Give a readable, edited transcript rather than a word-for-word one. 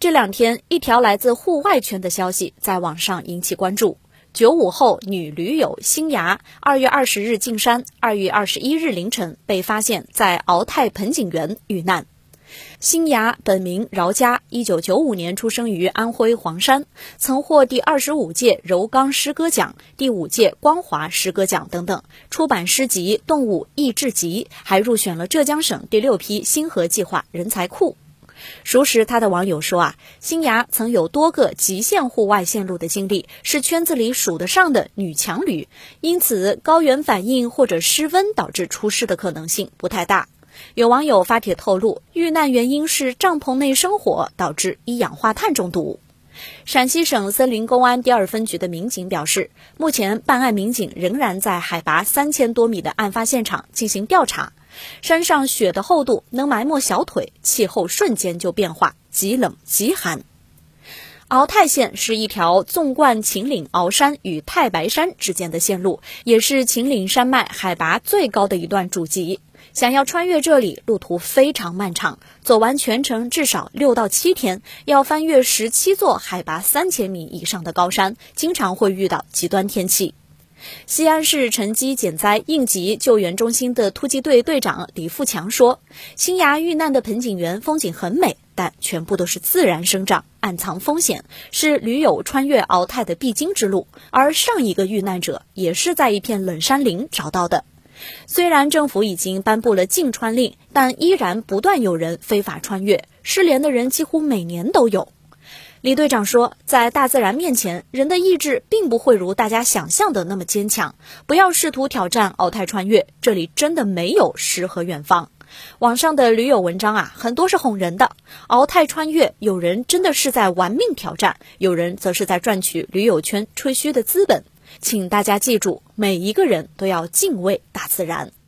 这两天，一条来自户外圈的消息在网上引起关注。95后女驴友新芽2月20日进山，2月21日凌晨被发现在鳌泰盆景园遇难。新芽本名饶佳，1995年出生于安徽黄山，曾获第25届柔刚诗歌奖、第5届光华诗歌奖等等，出版诗集《动物益智集》，还入选了浙江省第6批星河计划人才库。熟识他的网友说新芽曾有多个极限户外线路的经历，是圈子里数得上的女强驴，因此高原反应或者失温导致出事的可能性不太大。有网友发帖透露，遇难原因是帐篷内生火导致一氧化碳中毒。陕西省森林公安第2分局的民警表示，目前办案民警仍然在海拔3000多米的案发现场进行调查。山上雪的厚度能埋没小腿，气候瞬间就变化，极冷极寒。鳌泰线是一条纵贯秦岭鳌山与太白山之间的线路，也是秦岭山脉海拔最高的一段主脊。想要穿越这里，路途非常漫长，走完全程至少6到7天，要翻越17座海拔3000米以上的高山，经常会遇到极端天气。西安市晨机减灾应急救援中心的突击队队长李富强说，新芽遇难的盆景园风景很美，但全部都是自然生长，暗藏风险，是驴友穿越鳌泰的必经之路。而上一个遇难者也是在一片冷山林找到的。虽然政府已经颁布了禁穿令，但依然不断有人非法穿越，失联的人几乎每年都有。李队长说，在大自然面前，人的意志并不会如大家想象的那么坚强，不要试图挑战鳌泰穿越，这里真的没有诗和远方。网上的驴友文章很多是哄人的，鳌泰穿越，有人真的是在玩命挑战，有人则是在赚取驴友圈吹嘘的资本。请大家记住，每一个人都要敬畏大自然。